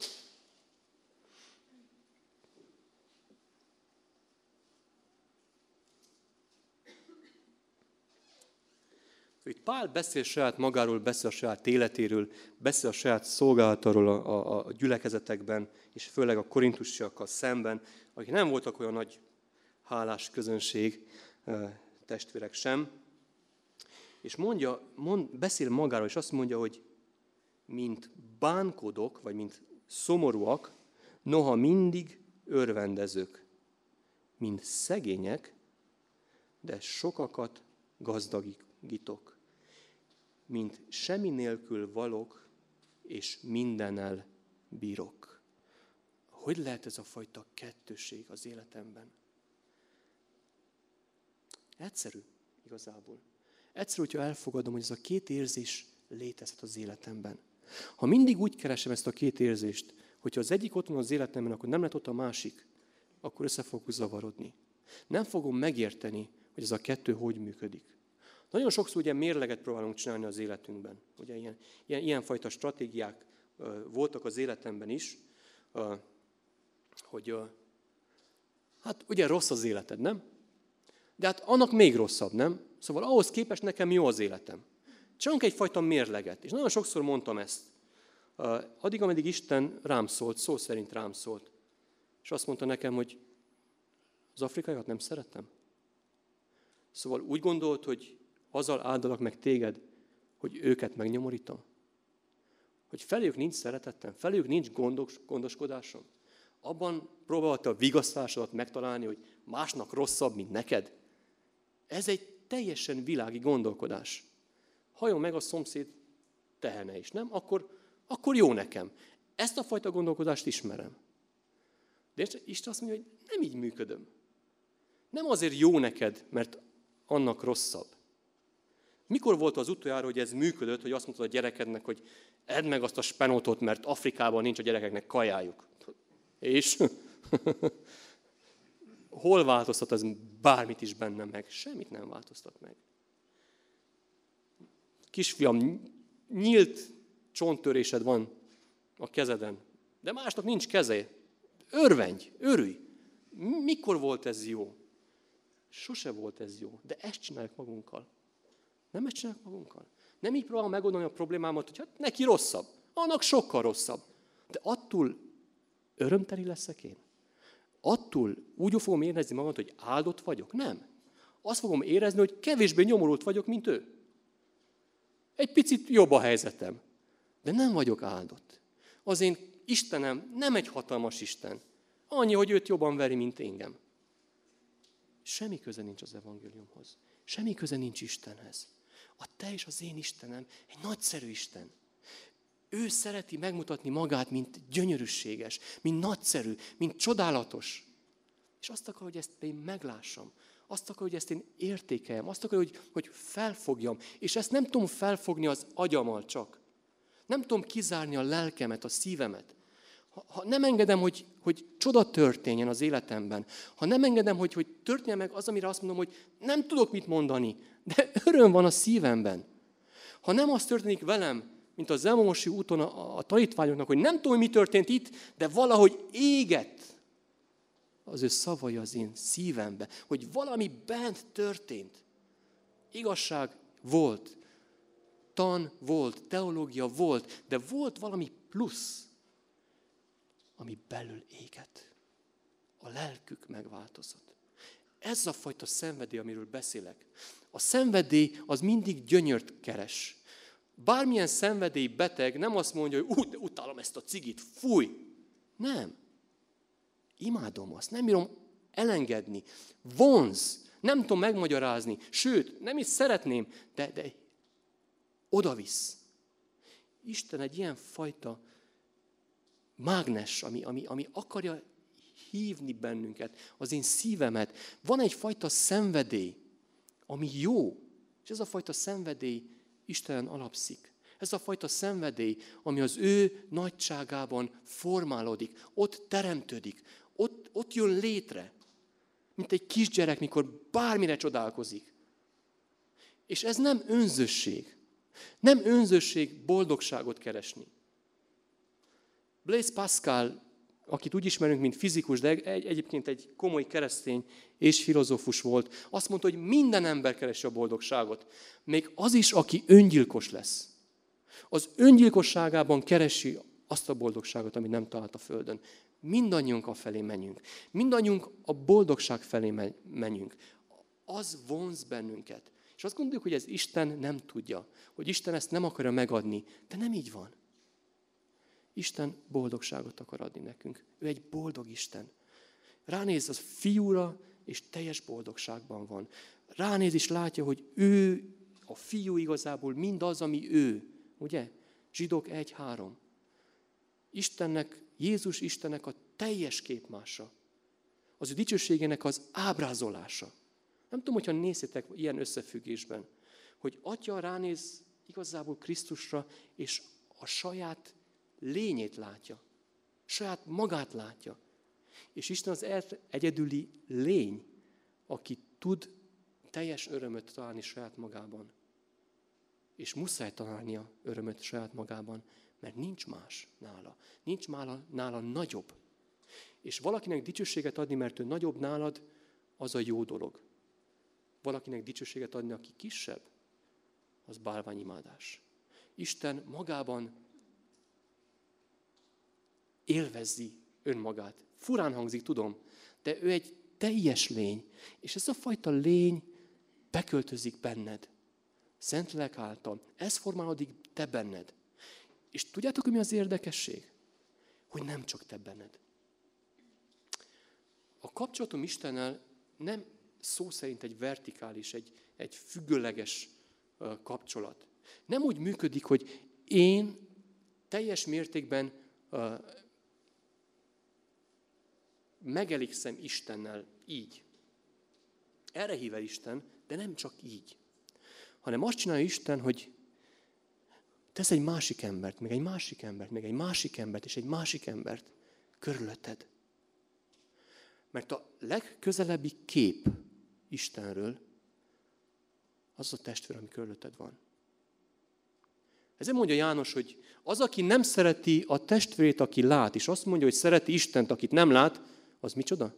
Itt Pál beszél saját magáról, beszél a saját életéről, beszél a saját szolgálatáról a gyülekezetekben, és főleg a korintusiakkal szemben, akik nem voltak olyan nagy hálás közönség, testvérek sem. És beszél magáról, és azt mondja, hogy mint bánkodok, vagy mint szomorúak, noha mindig örvendezők, mint szegények, de sokakat gazdagítok, mint semmi nélkül valok, és mindennel bírok. Hogy lehet ez a fajta kettőség az életemben? Egyszerű igazából. Egyszerű, hogyha elfogadom, hogy ez a két érzés létezhet az életemben. Ha mindig úgy keresem ezt a két érzést, hogyha az egyik ott van az életemben, akkor nem lehet ott a másik, akkor össze fogok zavarodni. Nem fogom megérteni, hogy ez a kettő hogy működik. Nagyon sokszor ugye mérleget próbálunk csinálni az életünkben. Ugye ilyenfajta stratégiák voltak az életemben is, hogy hát ugye rossz az életed, nem? De hát annak még rosszabb, nem? Szóval ahhoz képest nekem jó az életem. Csinálunk egyfajta mérleget. És nagyon sokszor mondtam ezt. Addig, ameddig Isten rám szólt, szó szerint rám szólt. És azt mondta nekem, hogy az afrikaiakat nem szeretem. Szóval úgy gondolt, hogy azzal áldalak meg téged, hogy őket megnyomorítom. Hogy feléjük nincs szeretettem, feléjük nincs gondoskodásom. Abban próbálta a vigasztalásodat megtalálni, hogy másnak rosszabb, mint neked. Ez egy teljesen világi gondolkodás. Halljon meg a szomszéd tehene is, nem? Akkor jó nekem. Ezt a fajta gondolkodást ismerem. De Isten azt mondja, hogy nem így működöm. Nem azért jó neked, mert annak rosszabb. Mikor volt az utoljára, hogy ez működött, hogy azt mondtad a gyerekednek, hogy edd meg azt a spenótot, mert Afrikában nincs a gyerekeknek kajájuk. És hol változtat ez bármit is bennem meg? Semmit nem változtat meg. Kisfiam, nyílt csonttörésed van a kezeden, de másnak nincs keze. Örvendj, örülj. Mikor volt ez jó? Sose volt ez jó, de ezt csináljuk magunkkal. Nem ezt csináljuk magunkkal. Nem így próbálom megoldani a problémámat, hogy hát neki rosszabb, annak sokkal rosszabb. De attól örömteli leszek én? Attól úgy fogom érezni magam, hogy áldott vagyok? Nem. Azt fogom érezni, hogy kevésbé nyomorult vagyok, mint ő. Egy picit jobb a helyzetem, de nem vagyok áldott. Az én Istenem nem egy hatalmas Isten. Annyi, hogy őt jobban veri, mint engem. Semmi köze nincs az evangéliumhoz. Semmi köze nincs Istenhez. A te és az én Istenem egy nagyszerű Isten. Ő szereti megmutatni magát, mint gyönyörűséges, mint nagyszerű, mint csodálatos. És azt akar, hogy ezt én meglássam. Azt akar, hogy ezt én értékeljem. Azt akar, hogy felfogjam. És ezt nem tudom felfogni az agyammal csak. Nem tudom kizárni a lelkemet, a szívemet. Ha nem engedem, hogy csoda történjen az életemben, ha nem engedem, hogy történjen meg az, amire azt mondom, hogy nem tudok mit mondani, de öröm van a szívemben. Ha nem az történik velem, mint az Emausi úton a tanítványoknak, hogy nem tudom, mi történt itt, de valahogy éget az ő szavai az én szívembe, hogy valami bent történt. Igazság volt, tan volt, teológia volt, de volt valami plusz, ami belül éget. A lelkük megváltozott. Ez a fajta szenvedély, amiről beszélek. A szenvedély az mindig gyönyört keres. Bármilyen szenvedély beteg nem azt mondja, hogy de utálom ezt a cigit, fúj. Nem. Imádom azt, nem bírom elengedni. Vonz, nem tudom megmagyarázni. Sőt, nem is szeretném, de odavisz. Isten egy ilyen fajta mágnes, ami akarja hívni bennünket, az én szívemet. Van egyfajta szenvedély, ami jó, és ez a fajta szenvedély Istenen alapszik. Ez a fajta szenvedély, ami az ő nagyságában formálódik, ott teremtődik, ott jön létre, mint egy kisgyerek, mikor bármire csodálkozik. És ez nem önzösség. Nem önzösség boldogságot keresni. Blaise Pascal, akit úgy ismerünk, mint fizikus, de egyébként egy komoly keresztény és filozófus volt, azt mondta, hogy minden ember keresi a boldogságot. Még az is, aki öngyilkos lesz. Az öngyilkosságában keresi azt a boldogságot, amit nem talált a Földön. Mindannyiunk afelé menjünk. Mindannyiunk a boldogság felé menjünk. Az vonz bennünket. És azt gondoljuk, hogy ez Isten nem tudja, hogy Isten ezt nem akarja megadni, de nem így van. Isten boldogságot akar adni nekünk. Ő egy boldog Isten. Ránéz az fiúra, és teljes boldogságban van. Ránéz és látja, hogy ő, a fiú igazából mindaz, ami ő. Ugye? Zsidók 1:3. Istennek, Jézus Istennek a teljes képmása. Az ő dicsőségének az ábrázolása. Nem tudom, hogyha néztétek ilyen összefüggésben, hogy Atya ránéz igazából Krisztusra, és a saját lényét látja. Saját magát látja. És Isten az egyedüli lény, aki tud teljes örömöt találni saját magában. És muszáj találnia örömöt saját magában, mert nincs más nála. Nincs nála nagyobb. És valakinek dicsőséget adni, mert ő nagyobb nálad, az a jó dolog. Valakinek dicsőséget adni, aki kisebb, az bálványimádás. Isten magában élvezzi önmagát. Furán hangzik, tudom, de ő egy teljes lény. És ez a fajta lény beköltözik benned. Szentlélek által. Ez formálódik te benned. És tudjátok, hogy mi az érdekesség? Hogy nem csak te benned. A kapcsolatom Istennel nem szó szerint egy vertikális, egy függőleges kapcsolat. Nem úgy működik, hogy én teljes mértékben megelégszem Istennel így. Erre hív el Isten, de nem csak így. hanem azt csinálja Isten, hogy tesz egy másik embert, még egy másik embert, még egy másik embert, és egy másik embert körülötted. Mert a legközelebbi kép Istenről az a testvér, ami körülötted van. Ezért mondja János, hogy az, aki nem szereti a testvérét, aki lát, és azt mondja, hogy szereti Istent, akit nem lát, az micsoda?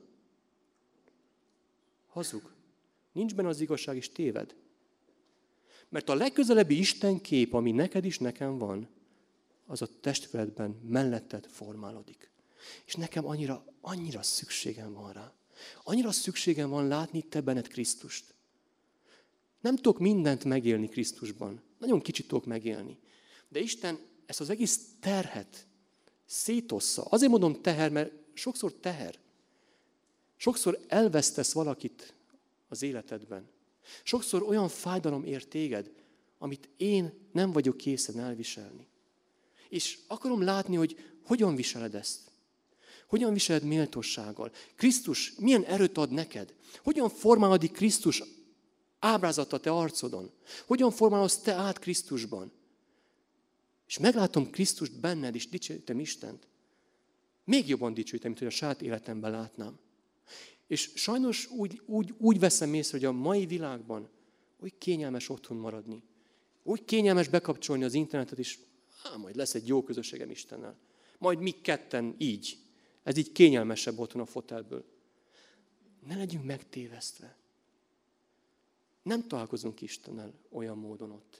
Hazug. Nincs benne az igazság, és téved. Mert a legközelebbi Isten kép, ami neked is, nekem van, az a testvéredben melletted formálódik. És nekem annyira szükségem van rá. Annyira szükségem van látni te benned Krisztust. Nem tudok mindent megélni Krisztusban. Nagyon kicsit tudok megélni. De Isten ezt az egész terhet szétossza. Azért mondom teher, mert sokszor teher. Sokszor elvesztesz valakit az életedben. Sokszor olyan fájdalom ér téged, amit én nem vagyok készen elviselni. És akarom látni, hogy hogyan viseled ezt. Hogyan viseled méltósággal. Krisztus milyen erőt ad neked. Hogyan formálódik Krisztus ábrázata te arcodon. Hogyan formálódsz te át Krisztusban. És meglátom Krisztust benned, és dicsőítem Istent. Még jobban dicsőítem, mint hogy a saját életemben látnám. És sajnos úgy veszem észre, hogy a mai világban úgy kényelmes otthon maradni. Úgy kényelmes bekapcsolni az internetet, és majd lesz egy jó közösségem Istennel. Majd mi ketten így. Ez így kényelmesebb otthon a fotelből. Ne legyünk megtévesztve. Nem találkozunk Istennel olyan módon ott.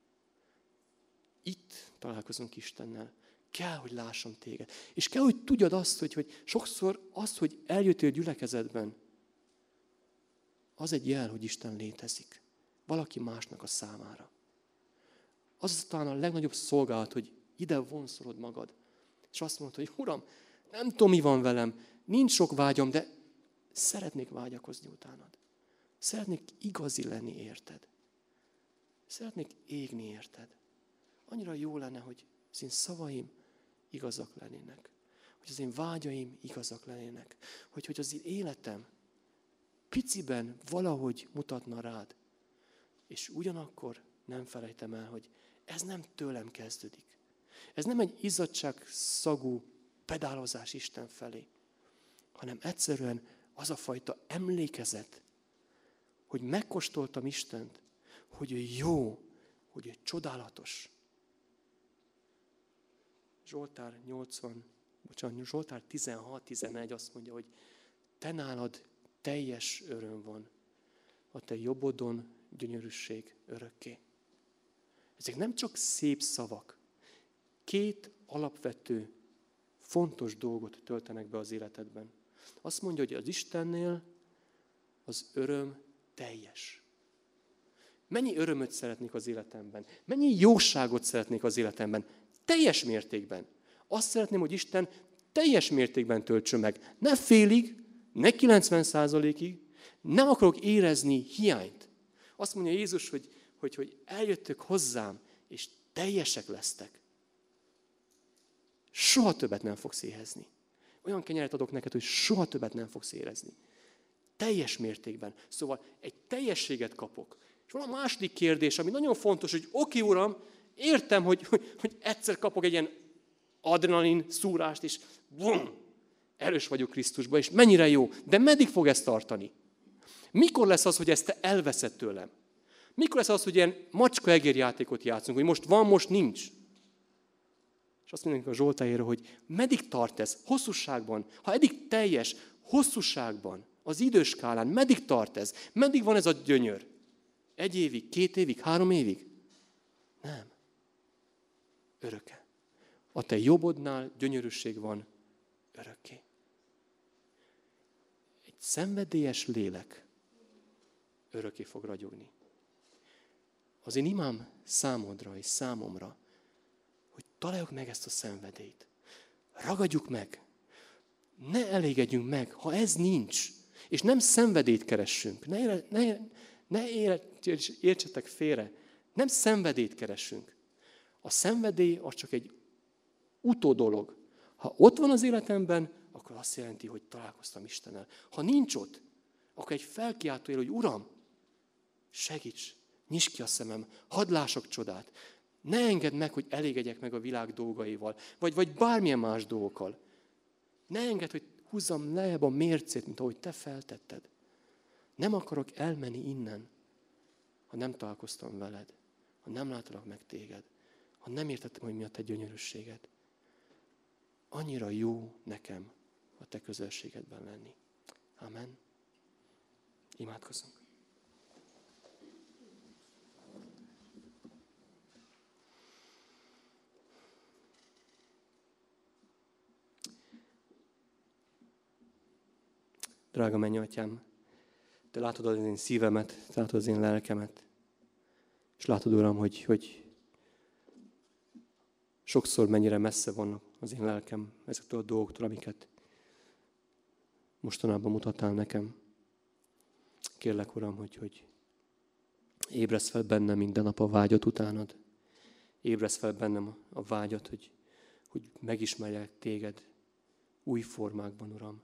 Itt találkozunk Istennel. Kell, hogy lássam téged. És kell, hogy tudjad azt, hogy sokszor az, hogy eljöttél gyülekezetben, az egy jel, hogy Isten létezik. Valaki másnak a számára. Az talán a legnagyobb szolgálat, hogy ide vonszolod magad. És azt mondod, hogy Uram, nem tudom, mi van velem, nincs sok vágyam, de szeretnék vágyakozni utánad. Szeretnék igazi lenni érted. Szeretnék égni érted. Annyira jó lenne, hogy az én szavaim igazak lennének. Hogy az én vágyaim igazak lennének. Hogy az én életem piciben valahogy mutatna rád. És ugyanakkor nem felejtem el, hogy ez nem tőlem kezdődik. Ez nem egy izzadságszagú pedálozás Isten felé, hanem egyszerűen az a fajta emlékezet, hogy megkóstoltam Istent, hogy ő jó, hogy ő csodálatos. Zsoltár 16-11 azt mondja, hogy te nálad teljes öröm van, a te jobbodon gyönyörűség örökké. Ezek nem csak szép szavak. Két alapvető, fontos dolgot töltenek be az életedben. Azt mondja, hogy az Istennél az öröm teljes. Mennyi örömöt szeretnék az életemben? Mennyi jóságot szeretnék az életemben? Teljes mértékben. Azt szeretném, hogy Isten teljes mértékben töltsön meg. Ne félig, ne 90%-ig, nem akarok érezni hiányt. Azt mondja Jézus, hogy eljöttök hozzám, és teljesek lesztek. Soha többet nem fogsz éhezni. Olyan kenyeret adok neked, hogy soha többet nem fogsz érezni. Teljes mértékben. Szóval egy teljességet kapok. És van a második kérdés, ami nagyon fontos, hogy oké, Uram, értem, hogy egyszer kapok egy ilyen adrenalin szúrást, és bum, erős vagyok Krisztusban, és mennyire jó. De meddig fog ezt tartani? Mikor lesz az, hogy ezt te elveszed tőlem? Mikor lesz az, hogy ilyen macska-egér játékot játszunk, hogy most van, most nincs? És azt mondjuk a Zsoltáérről, hogy meddig tart ez? Hosszúságban. Ha eddig teljes, hosszúságban, az időskálán, meddig tart ez? Meddig van ez a gyönyör? 1 évig, 2 évig, 3 évig? Nem. Öröke. A te jobbodnál gyönyörűség van örökké. Egy szenvedélyes lélek örökké fog ragyogni. Az én imám számodra és számomra, hogy találjuk meg ezt a szenvedélyt. Ragadjuk meg. Ne elégedjünk meg, ha ez nincs. És nem szenvedélyt keressünk. Ne értsetek félre. Nem szenvedélyt keressünk. A szenvedély az csak egy utódolog. Ha ott van az életemben, akkor azt jelenti, hogy találkoztam Istennel. Ha nincs ott, akkor egy felkiáltó él, hogy Uram, segíts, Nyisd ki a szemem, hadd lássak csodát. Ne engedd meg, hogy elégedjek meg a világ dolgaival, vagy bármilyen más dolgokkal. Ne engedd, hogy húzzam lejjebb a mércét, mint ahogy te feltetted. Nem akarok elmenni innen, ha nem találkoztam veled, ha nem látalak meg téged, ha nem értettem, hogy mi a te gyönyörűséged. Annyira jó nekem a te közelségedben lenni. Amen. Imádkozzunk. Drága Mennyatyám, te látod az én szívemet, te látod az én lelkemet. És látod, Uram, hogy sokszor mennyire messze van az én lelkem ezektől a dolgoktól, amiket mostanában mutattál nekem. Kérlek, Uram, hogy ébresz fel bennem minden nap a vágyat utánad. Ébresz fel bennem a vágyat, hogy megismerjek téged új formákban, Uram.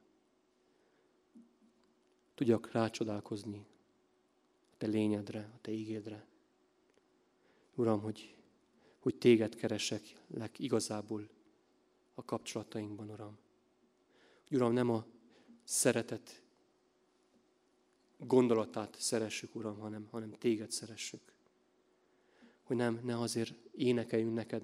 Tudjak rácsodálkozni a te lényedre, a te ígédre. Uram, hogy téged keresek igazából a kapcsolatainkban, Uram. Uram, nem a szeretet gondolatát szeressük, Uram, hanem téged szeressük. Hogy ne azért énekeljünk neked,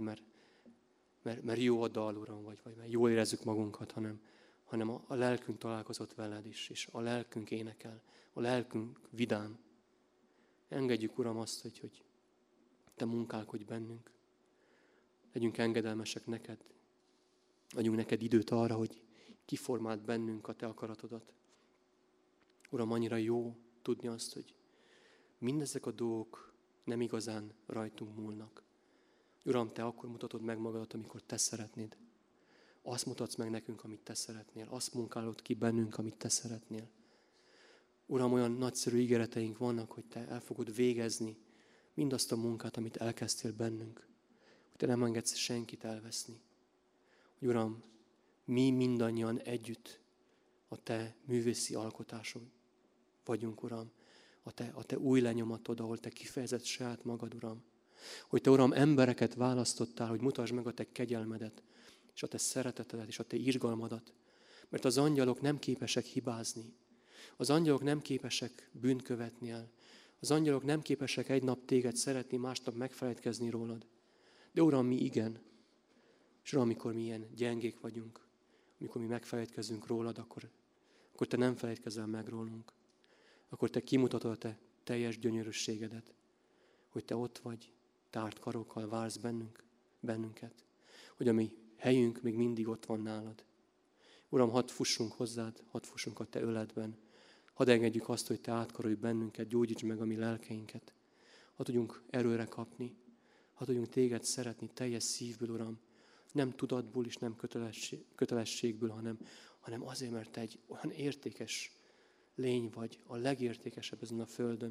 mert jó a dal, Uram, vagy mert jól érezzük magunkat, hanem a lelkünk találkozott veled is, és a lelkünk énekel, a lelkünk vidám. Engedjük, Uram, azt, hogy te munkálkodj bennünk. Legyünk engedelmesek neked. Adjunk neked időt arra, hogy kiformáld bennünk a te akaratodat. Uram, annyira jó tudni azt, hogy mindezek a dolgok nem igazán rajtunk múlnak. Uram, te akkor mutatod meg magadat, amikor te szeretnéd. Azt mutatsz meg nekünk, amit te szeretnél. Azt munkálod ki bennünk, amit te szeretnél. Uram, olyan nagyszerű ígéreteink vannak, hogy te el fogod végezni mindazt a munkát, amit elkezdtél bennünk. Hogy te nem engedsz senkit elveszni. Hogy Uram, mi mindannyian együtt a te művészi alkotásod vagyunk, Uram. A te új lenyomatod, ahol te kifejezed saját magad, Uram. Hogy te, Uram, embereket választottál, hogy mutasd meg a te kegyelmedet, és a te szeretetedet, és a te irgalmadat. Mert az angyalok nem képesek hibázni. Az angyalok nem képesek bűnt követni el. Az angyalok nem képesek egy nap téged szeretni, másnap megfeledkezni rólad. De Uram, mi igen. És Uram, amikor mi ilyen gyengék vagyunk, amikor mi megfeledkezünk rólad, akkor te nem felejtkezel meg rólunk. Akkor te kimutatod a te teljes gyönyörűségedet, hogy te ott vagy, tárt karokkal vársz bennünket. Hogy a mi helyünk még mindig ott van nálad. Uram, hadd fussunk hozzád, hadd fussunk a te öletben. Hadd engedjük azt, hogy te átkarolj bennünket, gyógyíts meg a mi lelkeinket. Hadd tudjunk erőre kapni, hadd tudjunk téged szeretni teljes szívből, Uram. Nem tudatból és nem kötelességből, hanem azért, mert te egy olyan értékes lény vagy, a legértékesebb ezen a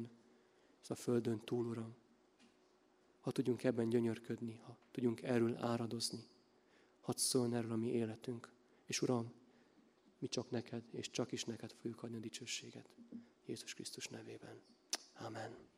földön túl, Uram. Ha tudjunk ebben gyönyörködni, ha tudjunk erről áradozni, hadd szóljon erről a mi életünk. És Uram, mi csak neked, és csak is neked fogjuk adni a dicsőséget. Jézus Krisztus nevében. Amen.